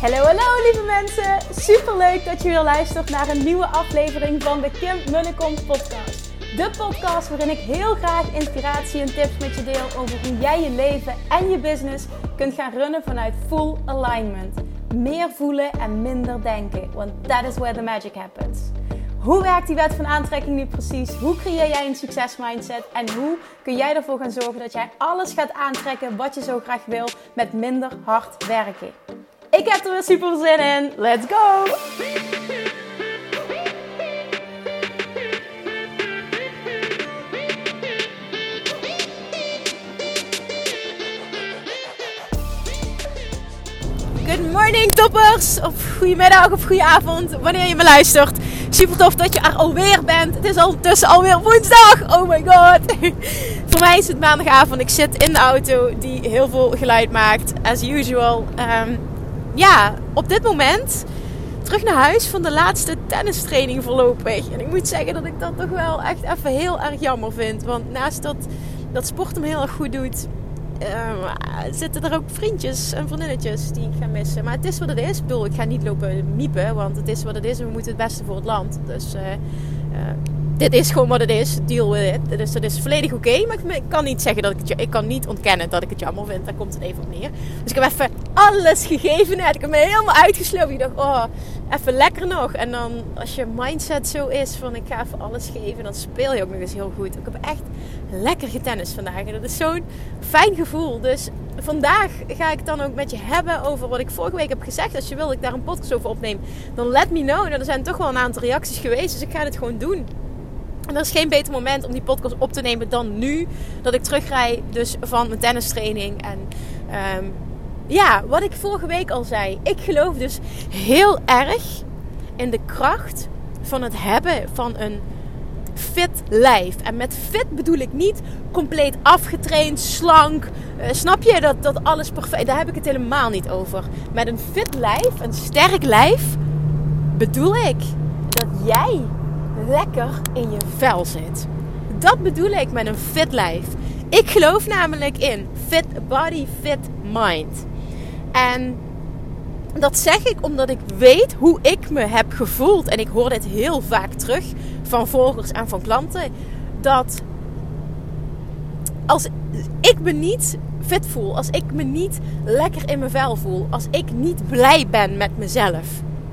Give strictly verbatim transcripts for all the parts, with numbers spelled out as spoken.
Hallo, hallo lieve mensen. Superleuk dat je weer luistert naar een nieuwe aflevering van de Kim Munnekom podcast. De podcast waarin ik heel graag inspiratie en tips met je deel over hoe jij je leven en je business kunt gaan runnen vanuit full alignment. Meer voelen en minder denken, want that is where the magic happens. Hoe werkt die wet van aantrekking nu precies? Hoe creëer jij een succesmindset? En hoe kun jij ervoor gaan zorgen dat jij alles gaat aantrekken wat je zo graag wil met minder hard werken? Ik heb er weer super zin in. Let's go! Good morning toppers! Of goedemiddag of goedenavond, wanneer je me luistert. Super tof dat je er alweer bent. Het is ondertussen alweer woensdag. Oh my god. Voor mij is het maandagavond. Ik zit in de auto die heel veel geluid maakt. As usual. Um, ja, op dit moment terug naar huis van de laatste tennistraining voorlopig. En ik moet zeggen dat ik dat toch wel echt even heel erg jammer vind. Want naast dat, dat sport hem heel erg goed doet, Uh, zitten er ook vriendjes en vriendinnetjes die ik ga missen. Maar het is wat het is. Ik bedoel, ik ga niet lopen miepen, want het is wat het is. En we moeten het beste voor het land. Dus uh, uh, dit is gewoon wat het is. Deal with it. Dus dat is volledig oké. Okay, maar ik kan niet zeggen dat ik het... Ik kan niet ontkennen dat ik het jammer vind. Daar komt het even op neer. Dus ik heb even alles gegeven net. Ik heb me helemaal uitgeslopen. Ik dacht, oh, even lekker nog. En dan, als je mindset zo is van ik ga even alles geven, dan speel je ook nog eens heel goed. Ik heb echt lekker getennist vandaag. En dat is zo'n fijn gevoel. Dus vandaag ga ik het dan ook met je hebben over wat ik vorige week heb gezegd. Als je wil dat ik daar een podcast over opneem, dan let me know. Nou, er zijn toch wel een aantal reacties geweest, dus ik ga het gewoon doen. En er is geen beter moment om die podcast op te nemen dan nu. Dat ik terugrij dus van mijn tennistraining. En um, ja, wat ik vorige week al zei. Ik geloof dus heel erg in de kracht van het hebben van een fit lijf. En met fit bedoel ik niet compleet afgetraind, slank. Uh, snap je? Dat, dat alles perfect. Daar heb ik het helemaal niet over. Met een fit lijf, een sterk lijf, bedoel ik dat jij lekker in je vel zit. Dat bedoel ik met een fit lijf. Ik geloof namelijk in fit body, fit mind. En dat zeg ik omdat ik weet hoe ik me heb gevoeld. En ik hoor dit heel vaak terug van volgers en van klanten. Dat als ik me niet fit voel, als ik me niet lekker in mijn vel voel, als ik niet blij ben met mezelf,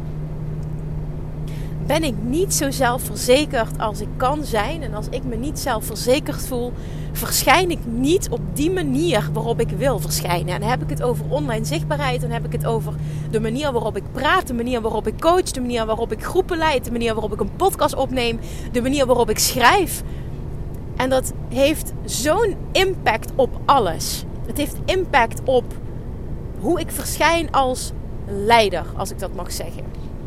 ben ik niet zo zelfverzekerd als ik kan zijn. En als ik me niet zelfverzekerd voel, verschijn ik niet op die manier waarop ik wil verschijnen. En dan heb ik het over online zichtbaarheid. Dan heb ik het over de manier waarop ik praat. De manier waarop ik coach. De manier waarop ik groepen leid. De manier waarop ik een podcast opneem. De manier waarop ik schrijf. En dat heeft zo'n impact op alles. Het heeft impact op hoe ik verschijn als leider, als ik dat mag zeggen.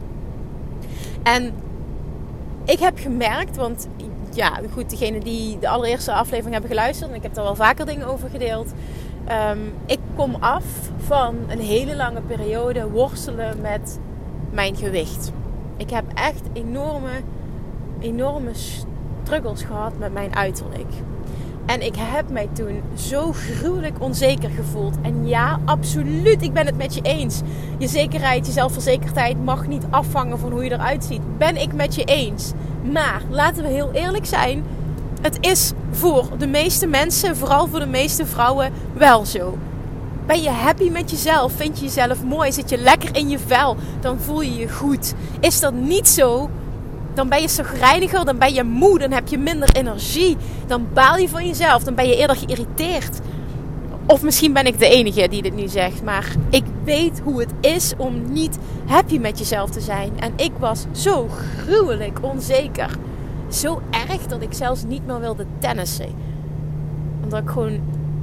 En ik heb gemerkt, want ja, goed, degene die de allereerste aflevering hebben geluisterd, en ik heb daar wel vaker dingen over gedeeld. Um, ik kom af van een hele lange periode worstelen met mijn gewicht. Ik heb echt enorme, enorme struggles gehad met mijn uiterlijk. En ik heb mij toen zo gruwelijk onzeker gevoeld. En ja, absoluut, ik ben het met je eens. Je zekerheid, je zelfverzekerdheid mag niet afhangen van hoe je eruit ziet. Ben ik met je eens. Maar, laten we heel eerlijk zijn. Het is voor de meeste mensen, vooral voor de meeste vrouwen, wel zo. Ben je happy met jezelf? Vind je jezelf mooi? Zit je lekker in je vel? Dan voel je je goed. Is dat niet zo? Dan ben je chagrijniger, dan ben je moe, dan heb je minder energie. Dan baal je van jezelf, dan ben je eerder geïrriteerd. Of misschien ben ik de enige die dit nu zegt. Maar ik weet hoe het is om niet happy met jezelf te zijn. En ik was zo gruwelijk onzeker. Zo erg dat ik zelfs niet meer wilde tennissen. Omdat ik gewoon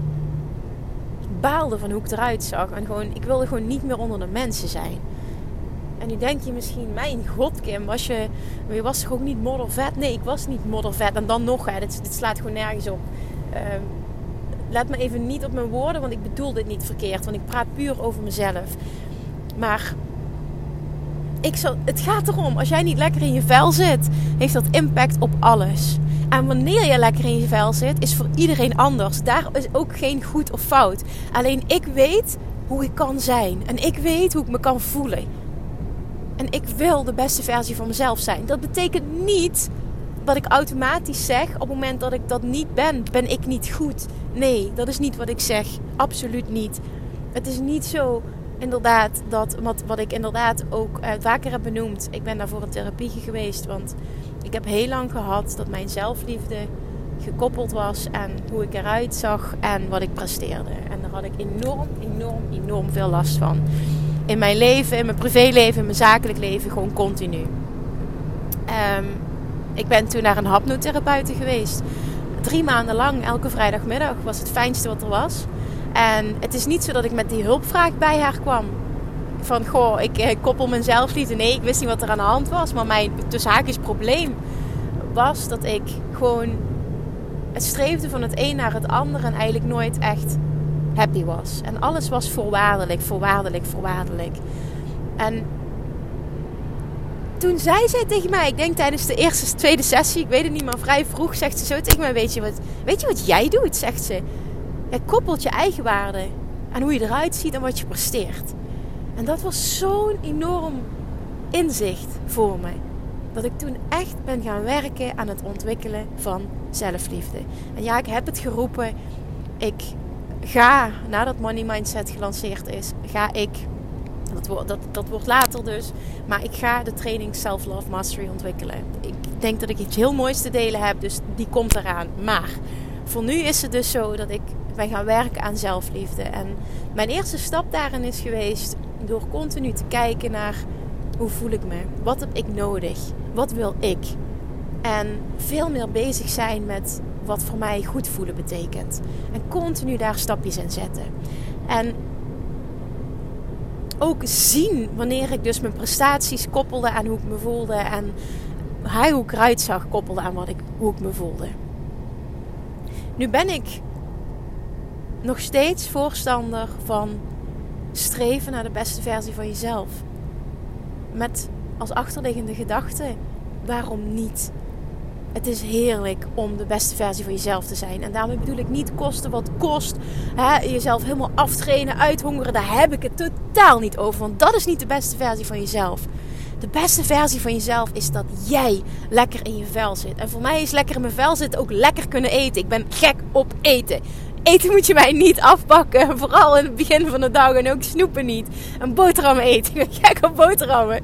baalde van hoe ik eruit zag. En gewoon, ik wilde gewoon niet meer onder de mensen zijn. En nu denk je misschien, mijn god Kim, was je, je was toch ook niet moddervet? Nee, ik was niet moddervet. En dan nog, hè, dit, dit slaat gewoon nergens op. Uh, let me even niet op mijn woorden, want ik bedoel dit niet verkeerd. Want ik praat puur over mezelf. Maar ik zal, het gaat erom, als jij niet lekker in je vel zit, heeft dat impact op alles. En wanneer je lekker in je vel zit, is voor iedereen anders. Daar is ook geen goed of fout. Alleen ik weet hoe ik kan zijn. En ik weet hoe ik me kan voelen. En ik wil de beste versie van mezelf zijn. Dat betekent niet dat ik automatisch zeg, op het moment dat ik dat niet ben, ben ik niet goed. Nee, dat is niet wat ik zeg. Absoluut niet. Het is niet zo, inderdaad, dat wat, wat ik inderdaad ook uh, vaker heb benoemd. Ik ben daarvoor in therapie geweest, want ik heb heel lang gehad dat mijn zelfliefde gekoppeld was aan hoe ik eruit zag en wat ik presteerde. En daar had ik enorm, enorm, enorm veel last van. In mijn leven, in mijn privéleven, in mijn zakelijk leven, gewoon continu. Um, ik ben toen naar een hypnotherapeute geweest. Drie maanden lang, elke vrijdagmiddag, was het fijnste wat er was. En het is niet zo dat ik met die hulpvraag bij haar kwam. Van, goh, ik, ik koppel mijn zelfliefde. Nee, ik wist niet wat er aan de hand was. Maar mijn tussen haakjes probleem was dat ik gewoon het streefde van het een naar het ander en eigenlijk nooit echt happy was. En alles was voorwaardelijk, voorwaardelijk, voorwaardelijk. En toen zei zij tegen mij, ik denk tijdens de eerste, tweede sessie, ik weet het niet, maar vrij vroeg, zegt ze zo tegen mij, weet je wat, weet je wat jij doet, zegt ze. Jij koppelt je eigen waarde aan hoe je eruit ziet en wat je presteert. En dat was zo'n enorm inzicht voor me. Dat ik toen echt ben gaan werken aan het ontwikkelen van zelfliefde. En ja, ik heb het geroepen. Ik ga, nadat Money Mindset gelanceerd is, ga ik, dat, wordt, dat, dat wordt later dus, maar ik ga de training Self-Love Mastery ontwikkelen. Ik denk dat ik iets heel moois te delen heb, dus die komt eraan. Maar voor nu is het dus zo dat ik ben gaan werken aan zelfliefde. En mijn eerste stap daarin is geweest door continu te kijken naar hoe voel ik me? Wat heb ik nodig? Wat wil ik? En veel meer bezig zijn met wat voor mij goed voelen betekent. En continu daar stapjes in zetten. En ook zien wanneer ik dus mijn prestaties koppelde aan hoe ik me voelde. En hoe ik eruit zag koppelde aan wat ik, hoe ik me voelde. Nu ben ik nog steeds voorstander van streven naar de beste versie van jezelf. Met als achterliggende gedachte, waarom niet? Het is heerlijk om de beste versie van jezelf te zijn. En daarmee bedoel ik niet kosten wat kost. Hè, jezelf helemaal aftrainen, uithongeren. Daar heb ik het totaal niet over. Want dat is niet de beste versie van jezelf. De beste versie van jezelf is dat jij lekker in je vel zit. En voor mij is lekker in mijn vel zitten ook lekker kunnen eten. Ik ben gek op eten. Eten moet je mij niet afpakken. Vooral in het begin van de dag. En ook snoepen niet. En boterhammen eten. Ik ben gek op boterhammen.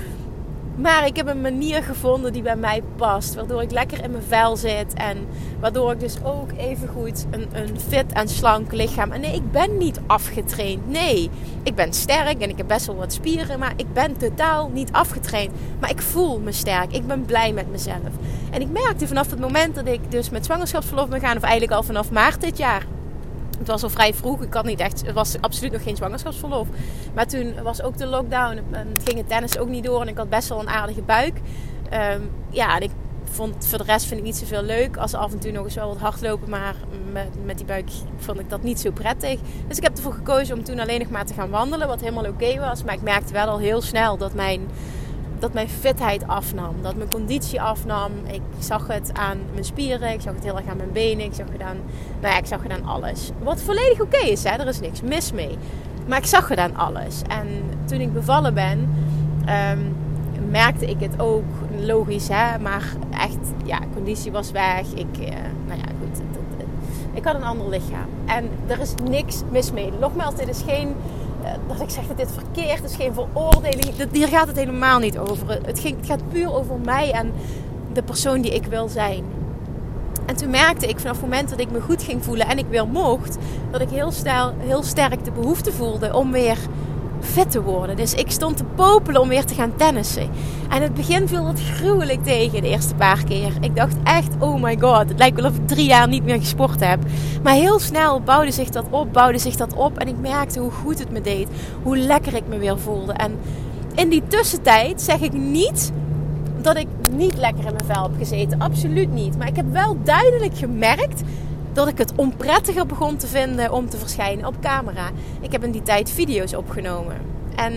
Maar ik heb een manier gevonden die bij mij past. Waardoor ik lekker in mijn vel zit. En waardoor ik dus ook even goed een, een fit en slank lichaam. En nee, ik ben niet afgetraind. Nee, ik ben sterk en ik heb best wel wat spieren. Maar ik ben totaal niet afgetraind. Maar ik voel me sterk. Ik ben blij met mezelf. En ik merkte vanaf het moment dat ik dus met zwangerschapsverlof ben gaan. Of eigenlijk al vanaf maart dit jaar. Het was al vrij vroeg. Ik had niet echt, het was absoluut nog geen zwangerschapsverlof. Maar toen was ook de lockdown. En ging het tennis ook niet door. En ik had best wel een aardige buik. Um, ja, en ik vond voor de rest vind ik niet zoveel leuk. Als af en toe nog eens wel wat hardlopen. Maar met, met die buik vond ik dat niet zo prettig. Dus ik heb ervoor gekozen om toen alleen nog maar te gaan wandelen. Wat helemaal oké okay was. Maar ik merkte wel al heel snel dat mijn... dat mijn fitheid afnam. Dat mijn conditie afnam. Ik zag het aan mijn spieren. Ik zag het heel erg aan mijn benen. Ik zag het aan, nou ja, ik zag het aan alles. Wat volledig oké okay is, hè. Er is niks mis mee. Maar ik zag het aan alles. En toen ik bevallen ben, um, merkte ik het ook. Logisch, hè. Maar echt, ja, conditie was weg. Ik, uh, nou ja, goed. Het, het, het, ik had een ander lichaam. En er is niks mis mee. Nogmaals, dit is geen... dat ik zeg dat dit verkeerd is, geen veroordeling. Hier gaat het helemaal niet over. Het, ging, het gaat puur over mij en de persoon die ik wil zijn. En toen merkte ik vanaf het moment dat ik me goed ging voelen en ik weer mocht, dat ik heel, stel, heel sterk de behoefte voelde om weer fit te worden. Dus ik stond te popelen om weer te gaan tennissen. En in het begin viel dat gruwelijk tegen de eerste paar keer. Ik dacht echt, oh my god, het lijkt wel of ik drie jaar niet meer gesport heb. Maar heel snel bouwde zich dat op, bouwde zich dat op. En ik merkte hoe goed het me deed. Hoe lekker ik me weer voelde. En in die tussentijd zeg ik niet dat ik niet lekker in mijn vel heb gezeten. Absoluut niet. Maar ik heb wel duidelijk gemerkt dat ik het onprettiger begon te vinden om te verschijnen op camera. Ik heb in die tijd video's opgenomen. En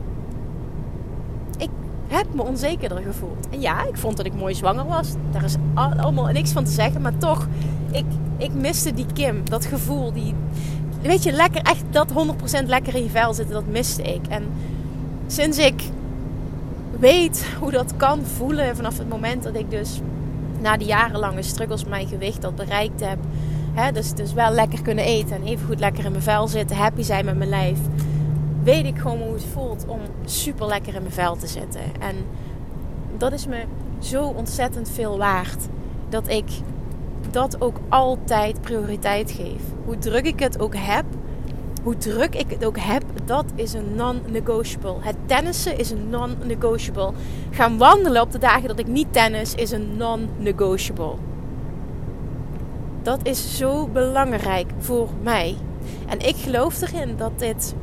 ik heb me onzekerder gevoeld. En ja, ik vond dat ik mooi zwanger was. Daar is allemaal niks van te zeggen. Maar toch, ik, ik miste die Kim. Dat gevoel, die, weet je, lekker, echt dat honderd procent lekker in je vel zitten, dat miste ik. En sinds ik weet hoe dat kan voelen, vanaf het moment dat ik dus na die jarenlange struggles mijn gewicht dat bereikt heb, hè, dus, dus wel lekker kunnen eten en even goed lekker in mijn vel zitten, happy zijn met mijn lijf, weet ik gewoon hoe het voelt om super lekker in mijn vel te zitten. En dat is me zo ontzettend veel waard, dat ik dat ook altijd prioriteit geef. Hoe druk ik het ook heb, hoe druk ik het ook heb, dat is een non-negotiable. Het tennissen is een non-negotiable. Gaan wandelen op de dagen dat ik niet tennis is een non-negotiable. Dat is zo belangrijk voor mij. En ik geloof erin dat dit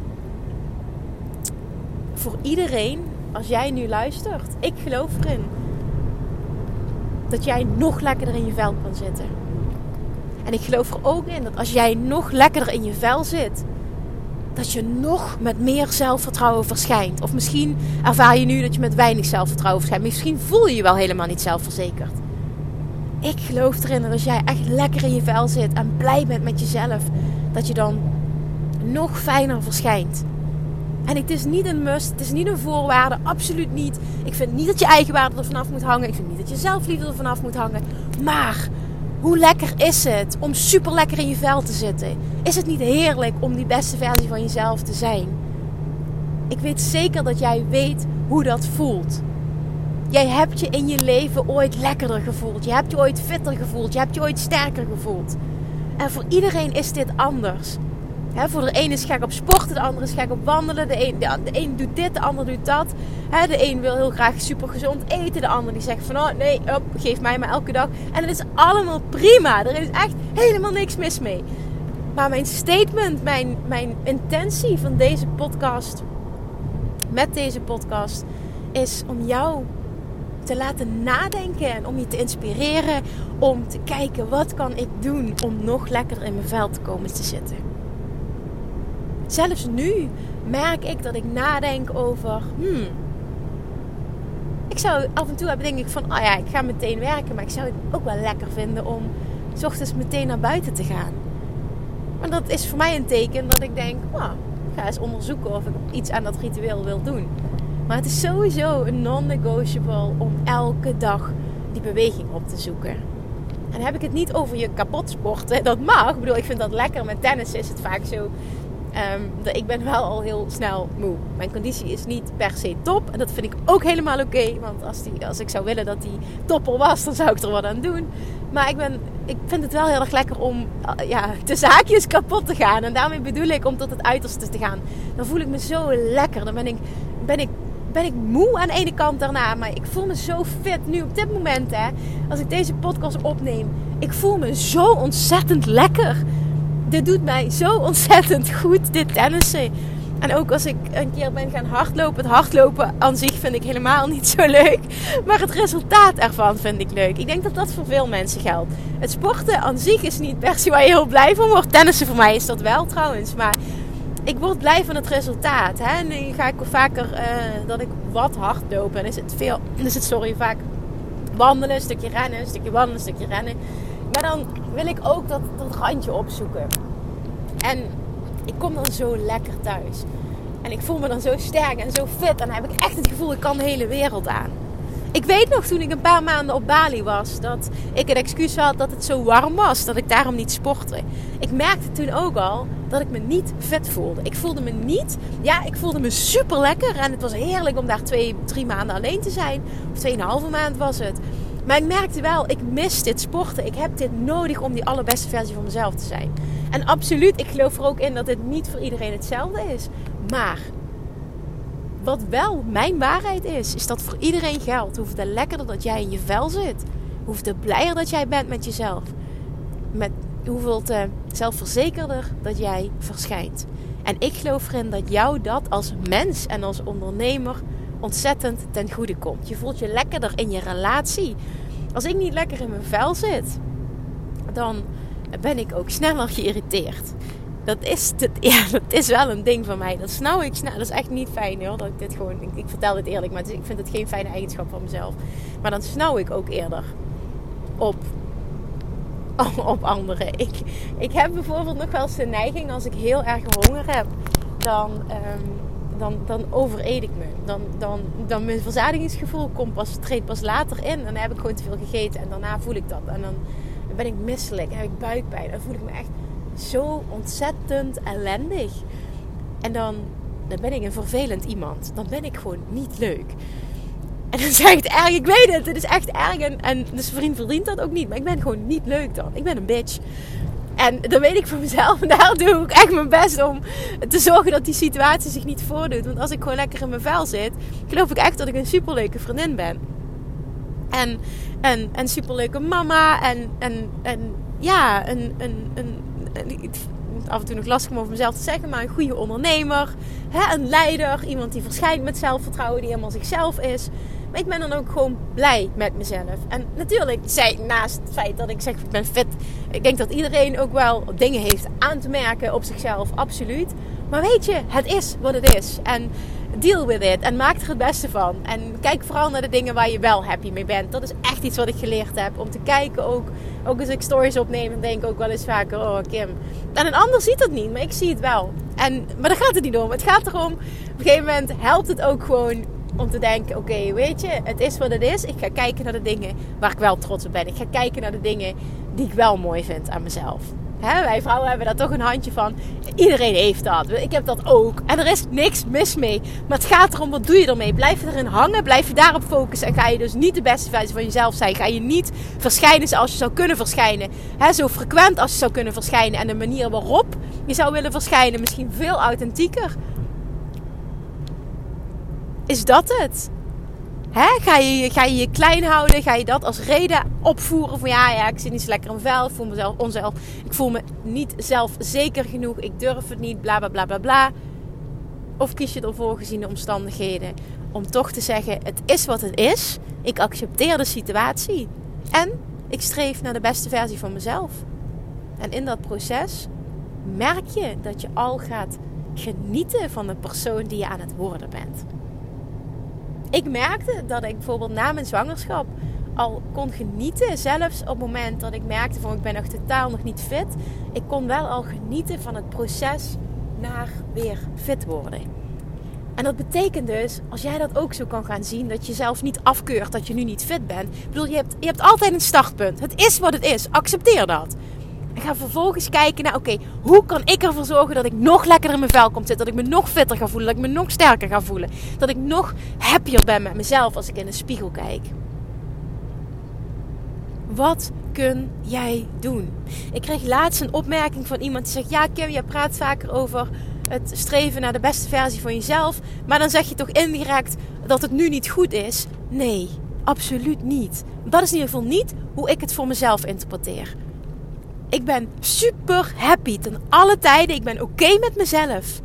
voor iedereen, als jij nu luistert, ik geloof erin dat jij nog lekkerder in je vel kan zitten. En ik geloof er ook in dat als jij nog lekkerder in je vel zit, dat je nog met meer zelfvertrouwen verschijnt. Of misschien ervaar je nu dat je met weinig zelfvertrouwen verschijnt. Misschien voel je je wel helemaal niet zelfverzekerd. Ik geloof erin dat als jij echt lekker in je vel zit en blij bent met jezelf, dat je dan nog fijner verschijnt. En het is niet een must, het is niet een voorwaarde, absoluut niet. Ik vind niet dat je eigenwaarde er vanaf moet hangen. Ik vind niet dat je zelfliefde er vanaf moet hangen. Maar hoe lekker is het om super lekker in je vel te zitten? Is het niet heerlijk om die beste versie van jezelf te zijn? Ik weet zeker dat jij weet hoe dat voelt. Jij hebt je in je leven ooit lekkerder gevoeld. Je hebt je ooit fitter gevoeld. Je hebt je ooit sterker gevoeld. En voor iedereen is dit anders. He, voor de ene is gek op sporten, de andere is gek op wandelen. De een, de, de een doet dit, de ander doet dat. He, de een wil heel graag super gezond eten. De ander die zegt van, oh nee, op, geef mij maar elke dag. En het is allemaal prima. Er is echt helemaal niks mis mee. Maar mijn statement, mijn, mijn intentie van deze podcast, met deze podcast, is om jou te laten nadenken en om je te inspireren. Om te kijken, wat kan ik doen om nog lekkerder in mijn vel te komen te zitten. Zelfs nu merk ik dat ik nadenk over... Hmm, ik zou af en toe hebben denk ik van... Oh ja, ik ga meteen werken. Maar ik zou het ook wel lekker vinden om... 's ochtends meteen naar buiten te gaan. Maar dat is voor mij een teken dat ik denk... Oh, ik ga eens onderzoeken of ik iets aan dat ritueel wil doen. Maar het is sowieso een non-negotiable om elke dag die beweging op te zoeken. En dan heb ik het niet over je kapot sporten. Dat mag. Ik bedoel, ik vind dat lekker. Met tennis is het vaak zo... Um, dat ik ben wel al heel snel moe. Mijn conditie is niet per se top. En dat vind ik ook helemaal oké. Okay, want als, die, als ik zou willen dat die topper was, dan zou ik er wat aan doen. Maar ik, ben, ik vind het wel heel erg lekker om uh, ja, de zaakjes kapot te gaan. En daarmee bedoel ik om tot het uiterste te gaan. Dan voel ik me zo lekker. Dan ben ik, ben ik, ben ik moe aan de ene kant daarna. Maar ik voel me zo fit nu op dit moment. Hè, als ik deze podcast opneem. Ik voel me zo ontzettend lekker. Dit doet mij zo ontzettend goed, dit tennissen. En ook als ik een keer ben gaan hardlopen. Het hardlopen aan zich vind ik helemaal niet zo leuk. Maar het resultaat ervan vind ik leuk. Ik denk dat dat voor veel mensen geldt. Het sporten aan zich is niet per se waar je heel blij van wordt. Tennissen voor mij is dat wel trouwens. Maar ik word blij van het resultaat. Hè? En nu ga ik vaker uh, dat ik wat hardloop. En is het veel, is het sorry, vaak wandelen, een stukje rennen, een stukje wandelen, een stukje rennen. Maar dan wil ik ook dat, dat randje opzoeken. En ik kom dan zo lekker thuis. En ik voel me dan zo sterk en zo fit. En dan heb ik echt het gevoel, ik kan de hele wereld aan. Ik weet nog toen ik een paar maanden op Bali was, dat ik een excuus had dat het zo warm was. Dat ik daarom niet sportte. Ik merkte toen ook al dat ik me niet fit voelde. Ik voelde me niet... Ja, ik voelde me super lekker. En het was heerlijk om daar twee, drie maanden alleen te zijn. Of tweeënhalve maand was het. Maar ik merkte wel, ik mis dit sporten. Ik heb dit nodig om die allerbeste versie van mezelf te zijn. En absoluut, ik geloof er ook in dat het niet voor iedereen hetzelfde is. Maar wat wel mijn waarheid is, is dat voor iedereen geldt. Hoeveel te lekkerder dat jij in je vel zit. Hoeveel te blijer dat jij bent met jezelf. Met hoeveel te zelfverzekerder dat jij verschijnt. En ik geloof erin dat jou dat als mens en als ondernemer ontzettend ten goede komt. Je voelt je lekkerder in je relatie. Als ik niet lekker in mijn vel zit, dan ben ik ook sneller geïrriteerd. Dat is, dat, ja, dat is wel een ding van mij. Dat snauw ik snel. Dat is echt niet fijn hoor. Dat ik dit gewoon. Ik, ik vertel dit eerlijk, maar ik vind het geen fijne eigenschap van mezelf. Maar dan snauw ik ook eerder op op anderen. Ik, ik heb bijvoorbeeld nog wel eens de neiging, als ik heel erg honger heb, dan, um, dan, dan overeet ik me. Dan, dan, dan mijn verzadigingsgevoel komt pas, treedt pas later in. En dan heb ik gewoon te veel gegeten en daarna voel ik dat. En dan ben ik misselijk, heb ik buikpijn. Dan voel ik me echt zo ontzettend ellendig. En dan, dan ben ik een vervelend iemand. Dan ben ik gewoon niet leuk. En dan zeg ik het erg, ik weet het, het is echt erg. En, en dus vriend verdient dat ook niet. Maar ik ben gewoon niet leuk dan. Ik ben een bitch. En dat weet ik van mezelf. En daar doe ik echt mijn best om te zorgen dat die situatie zich niet voordoet. Want als ik gewoon lekker in mijn vel zit, geloof ik echt dat ik een superleuke vriendin ben. En een, een superleuke mama. En, en, en ja, een, een, een, een, af en toe nog lastig om over mezelf te zeggen, maar een goede ondernemer. Hè, een leider. Iemand die verschijnt met zelfvertrouwen, die helemaal zichzelf is. Maar ik ben dan ook gewoon blij met mezelf. En natuurlijk, zij, naast het feit dat ik zeg, ik ben fit. Ik denk dat iedereen ook wel dingen heeft aan te merken op zichzelf. Absoluut. Maar weet je, het is wat het is. En deal with it. En maak er het beste van. En kijk vooral naar de dingen waar je wel happy mee bent. Dat is echt iets wat ik geleerd heb. Om te kijken ook. Ook als ik stories opneem, dan denk ik ook wel eens vaker, oh Kim. En een ander ziet dat niet, maar ik zie het wel. En, maar daar gaat het niet om. Het gaat erom, op een gegeven moment helpt het ook gewoon om te denken, oké, okay, weet je, het is wat het is. Ik ga kijken naar de dingen waar ik wel trots op ben. Ik ga kijken naar de dingen die ik wel mooi vind aan mezelf. Hè, wij vrouwen hebben daar toch een handje van. Iedereen heeft dat. Ik heb dat ook. En er is niks mis mee. Maar het gaat erom, wat doe je ermee? Blijf je erin hangen? Blijf je daarop focussen? En ga je dus niet de beste versie van jezelf zijn? Ga je niet verschijnen zoals je zou kunnen verschijnen? Hè, zo frequent als je zou kunnen verschijnen. En de manier waarop je zou willen verschijnen, misschien veel authentieker. Is dat het? Hè? Ga je, ga je je klein houden? Ga je dat als reden opvoeren? Van ja, ja, ik zit niet zo lekker in mijn vel. Ik voel mezelf onzelf. Ik voel me niet zelfzeker genoeg. Ik durf het niet. Bla, bla, bla, bla, bla. Of kies je ervoor gezien de omstandigheden om toch te zeggen, het is wat het is. Ik accepteer de situatie. En ik streef naar de beste versie van mezelf. En in dat proces merk je dat je al gaat genieten van de persoon die je aan het worden bent. Ik merkte dat ik bijvoorbeeld na mijn zwangerschap al kon genieten. Zelfs op het moment dat ik merkte van ik ben nog totaal nog niet fit. Ik kon wel al genieten van het proces naar weer fit worden. En dat betekent dus, als jij dat ook zo kan gaan zien, dat je zelf niet afkeurt dat je nu niet fit bent. Ik bedoel, je hebt, je hebt altijd een startpunt. Het is wat het is. Accepteer dat. En ga vervolgens kijken naar, oké, okay, hoe kan ik ervoor zorgen dat ik nog lekkerder in mijn vel kom zitten. Dat ik me nog fitter ga voelen. Dat ik me nog sterker ga voelen. Dat ik nog happier ben met mezelf als ik in de spiegel kijk. Wat kun jij doen? Ik kreeg laatst een opmerking van iemand die zegt, ja Kim, jij praat vaker over het streven naar de beste versie van jezelf. Maar dan zeg je toch indirect dat het nu niet goed is? Nee, absoluut niet. Dat is in ieder geval niet hoe ik het voor mezelf interpreteer. Ik ben super happy ten alle tijden. Ik ben oké okay met mezelf.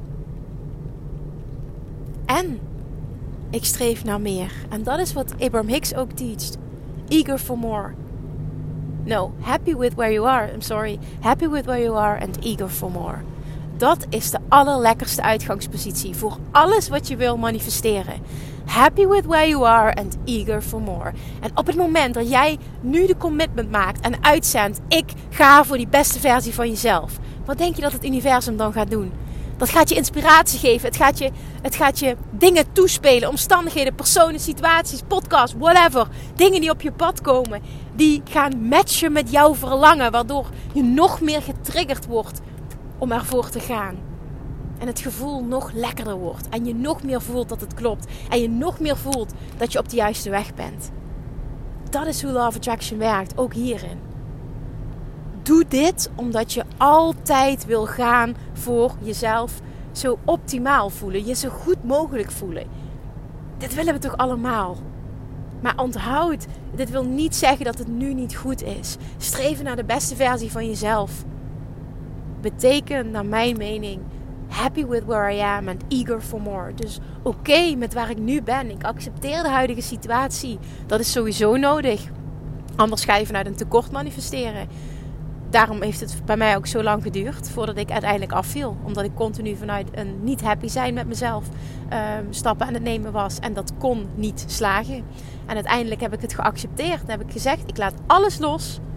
En ik streef naar meer. En dat is wat Abraham Hicks ook teacht. Eager for more. No, happy with where you are. I'm sorry. Happy with where you are and eager for more. Dat is de allerlekkerste uitgangspositie voor alles wat je wil manifesteren. Happy with where you are and eager for more. En op het moment dat jij nu de commitment maakt en uitzendt, ik ga voor die beste versie van jezelf. Wat denk je dat het universum dan gaat doen? Dat gaat je inspiratie geven. Het gaat je, het gaat je dingen toespelen. Omstandigheden, personen, situaties, podcasts, whatever. Dingen die op je pad komen. Die gaan matchen met jouw verlangen. Waardoor je nog meer getriggerd wordt om ervoor te gaan. En het gevoel nog lekkerder wordt. En je nog meer voelt dat het klopt. En je nog meer voelt dat je op de juiste weg bent. Dat is hoe Law of Attraction werkt. Ook hierin. Doe dit omdat je altijd wil gaan voor jezelf zo optimaal voelen. Je zo goed mogelijk voelen. Dit willen we toch allemaal. Maar onthoud, dit wil niet zeggen dat het nu niet goed is. Streven naar de beste versie van jezelf betekent, naar mijn mening, happy with where I am and eager for more. Dus oké okay met waar ik nu ben. Ik accepteer de huidige situatie. Dat is sowieso nodig. Anders ga je vanuit een tekort manifesteren. Daarom heeft het bij mij ook zo lang geduurd voordat ik uiteindelijk afviel. Omdat ik continu vanuit een niet happy zijn met mezelf um, stappen aan het nemen was. En dat kon niet slagen. En uiteindelijk heb ik het geaccepteerd. Dan heb ik gezegd, ik laat alles los.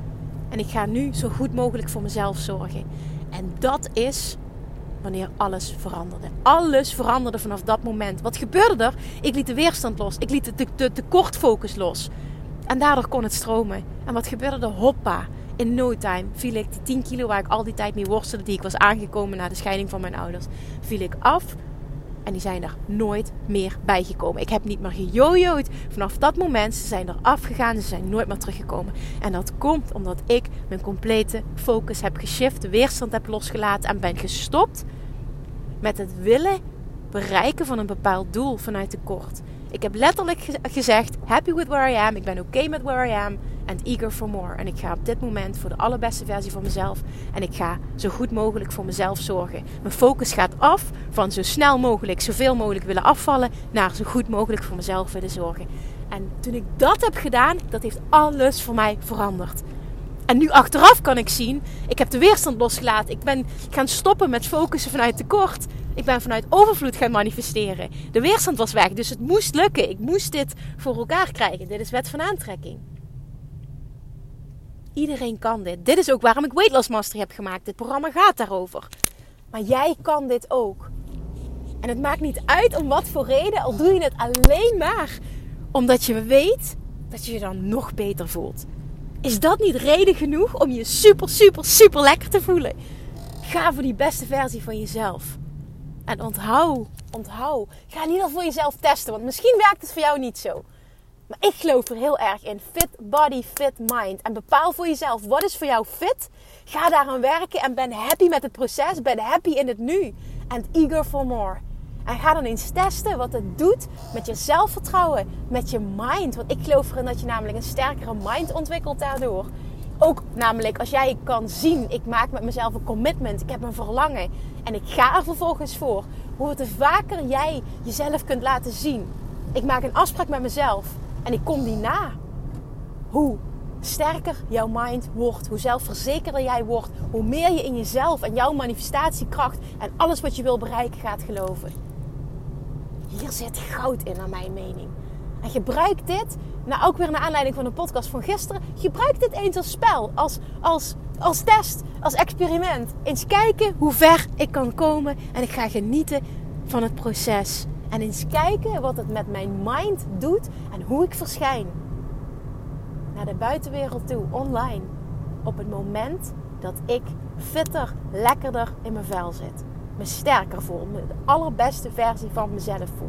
En ik ga nu zo goed mogelijk voor mezelf zorgen. En dat is wanneer alles veranderde. Alles veranderde vanaf dat moment. Wat gebeurde er? Ik liet de weerstand los. Ik liet de, de, de tekortfocus los. En daardoor kon het stromen. En wat gebeurde er? Hoppa. In no time viel ik die tien kilo waar ik al die tijd mee worstelde, die ik was aangekomen na de scheiding van mijn ouders, viel ik af. En die zijn er nooit meer bijgekomen. Ik heb niet meer gejojoed. Vanaf dat moment, ze zijn er afgegaan. Ze zijn nooit meer teruggekomen. En dat komt omdat ik mijn complete focus heb geshift. De weerstand heb losgelaten. En ben gestopt met het willen bereiken van een bepaald doel vanuit tekort. Ik heb letterlijk gezegd, happy with where I am. Ik ben oké met where I am. And eager for more. En ik ga op dit moment voor de allerbeste versie van mezelf. En ik ga zo goed mogelijk voor mezelf zorgen. Mijn focus gaat af van zo snel mogelijk, zoveel mogelijk willen afvallen, naar zo goed mogelijk voor mezelf willen zorgen. En toen ik dat heb gedaan, dat heeft alles voor mij veranderd. En nu achteraf kan ik zien, ik heb de weerstand losgelaten. Ik ben gaan stoppen met focussen vanuit tekort. Ik ben vanuit overvloed gaan manifesteren. De weerstand was weg, dus het moest lukken. Ik moest dit voor elkaar krijgen. Dit is wet van aantrekking. Iedereen kan dit. Dit is ook waarom ik Weight Loss Mastery heb gemaakt. Dit programma gaat daarover. Maar jij kan dit ook. En het maakt niet uit om wat voor reden. Al doe je het alleen maar omdat je weet dat je je dan nog beter voelt. Is dat niet reden genoeg om je super, super, super lekker te voelen? Ga voor die beste versie van jezelf. En onthoud, onthoud. Ga in ieder geval voor jezelf testen. Want misschien werkt het voor jou niet zo. Maar ik geloof er heel erg in. Fit body, fit mind. En bepaal voor jezelf, wat is voor jou fit? Ga daaraan werken en ben happy met het proces. Ben happy in het nu. And eager for more. En ga dan eens testen wat het doet met je zelfvertrouwen. Met je mind. Want ik geloof erin dat je namelijk een sterkere mind ontwikkelt daardoor. Ook namelijk als jij kan zien, ik maak met mezelf een commitment. Ik heb een verlangen. En ik ga er vervolgens voor. Hoe te vaker jij jezelf kunt laten zien. Ik maak een afspraak met mezelf. En ik kom die na. Hoe sterker jouw mind wordt. Hoe zelfverzekerder jij wordt. Hoe meer je in jezelf en jouw manifestatiekracht. En alles wat je wil bereiken gaat geloven. Hier zit goud in naar mijn mening. En gebruik dit. Nou ook weer naar aanleiding van de podcast van gisteren. Gebruik dit eens als spel. Als, als, als test. Als experiment. Eens kijken hoe ver ik kan komen. En ik ga genieten van het proces. En eens kijken wat het met mijn mind doet en hoe ik verschijn naar de buitenwereld toe, online. Op het moment dat ik fitter, lekkerder in mijn vel zit. Me sterker voel, me de allerbeste versie van mezelf voel.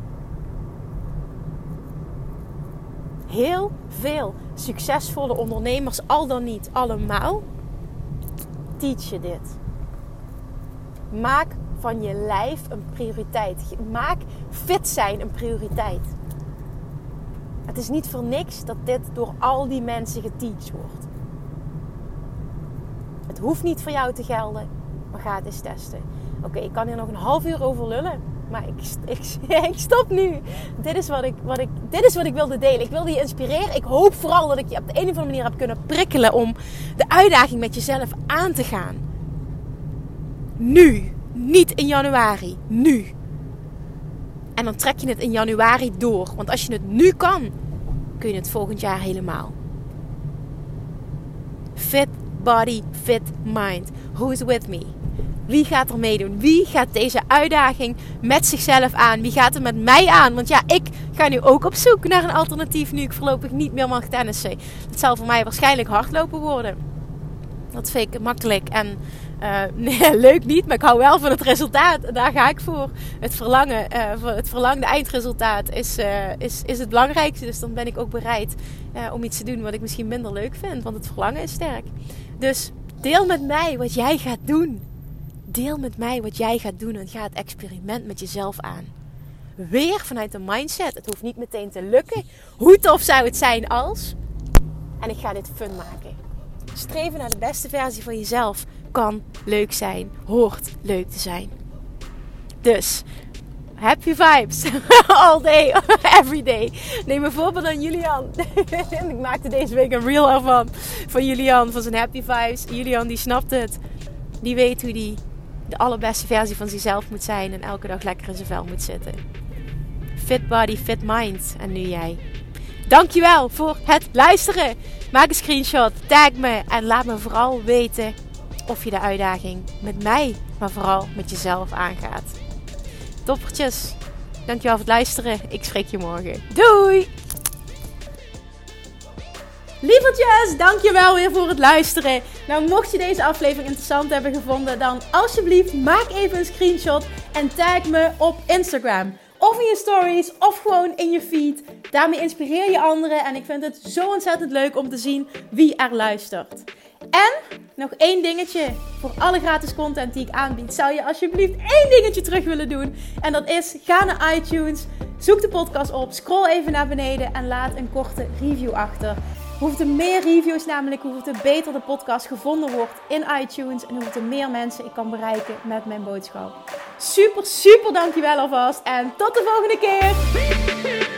Heel veel succesvolle ondernemers, al dan niet allemaal, teach je dit. Maak van je lijf een prioriteit. Maak fit zijn een prioriteit. Het is niet voor niks dat dit door al die mensen geteacht wordt. Het hoeft niet voor jou te gelden, maar ga het eens testen. Oké, okay, ik kan hier nog een half uur over lullen, maar ik, ik, ik stop nu. Dit is, wat ik, wat ik, dit is wat ik wilde delen. Ik wilde je inspireren. Ik hoop vooral dat ik je op de een of andere manier heb kunnen prikkelen om de uitdaging met jezelf aan te gaan. Nu. Niet in januari. Nu. En dan trek je het in januari door. Want als je het nu kan, kun je het volgend jaar helemaal. Fit body, fit mind. Who's with me? Wie gaat er meedoen? Wie gaat deze uitdaging met zichzelf aan? Wie gaat er met mij aan? Want ja, ik ga nu ook op zoek naar een alternatief nu ik voorlopig niet meer mag tennissen. Het zal voor mij waarschijnlijk hardlopen worden. Dat vind ik makkelijk en uh, nee, leuk niet, maar ik hou wel van het resultaat. Daar ga ik voor. Het verlangen, uh, het verlangde eindresultaat is, uh, is, is het belangrijkste. Dus dan ben ik ook bereid uh, om iets te doen wat ik misschien minder leuk vind. Want het verlangen is sterk. Dus deel met mij wat jij gaat doen. Deel met mij wat jij gaat doen en ga het experiment met jezelf aan. Weer vanuit de mindset. Het hoeft niet meteen te lukken. Hoe tof zou het zijn als? En ik ga dit fun maken. Streven naar de beste versie van jezelf kan leuk zijn, hoort leuk te zijn. Dus, happy vibes, all day, every day. Neem een voorbeeld aan Julian. Ik maakte deze week een reel ervan, van Julian, van zijn happy vibes. Julian die snapt het, die weet hoe die de allerbeste versie van zichzelf moet zijn en elke dag lekker in zijn vel moet zitten. Fit body, fit mind. En nu jij. Dankjewel voor het luisteren. Maak een screenshot, tag me en laat me vooral weten of je de uitdaging met mij, maar vooral met jezelf aangaat. Toppertjes, dankjewel voor het luisteren. Ik spreek je morgen. Doei! Lievertjes, dankjewel weer voor het luisteren. Nou, mocht je deze aflevering interessant hebben gevonden, dan alsjeblieft maak even een screenshot en tag me op Instagram. Of in je stories, of gewoon in je feed. Daarmee inspireer je anderen en ik vind het zo ontzettend leuk om te zien wie er luistert. En nog één dingetje voor alle gratis content die ik aanbied. Zou je alsjeblieft één dingetje terug willen doen? En dat is, ga naar iTunes, zoek de podcast op, scroll even naar beneden en laat een korte review achter. Hoe er meer reviews namelijk, hoe er beter de podcast gevonden wordt in iTunes. En hoe er meer mensen ik kan bereiken met mijn boodschap. Super, super dankjewel alvast. En tot de volgende keer.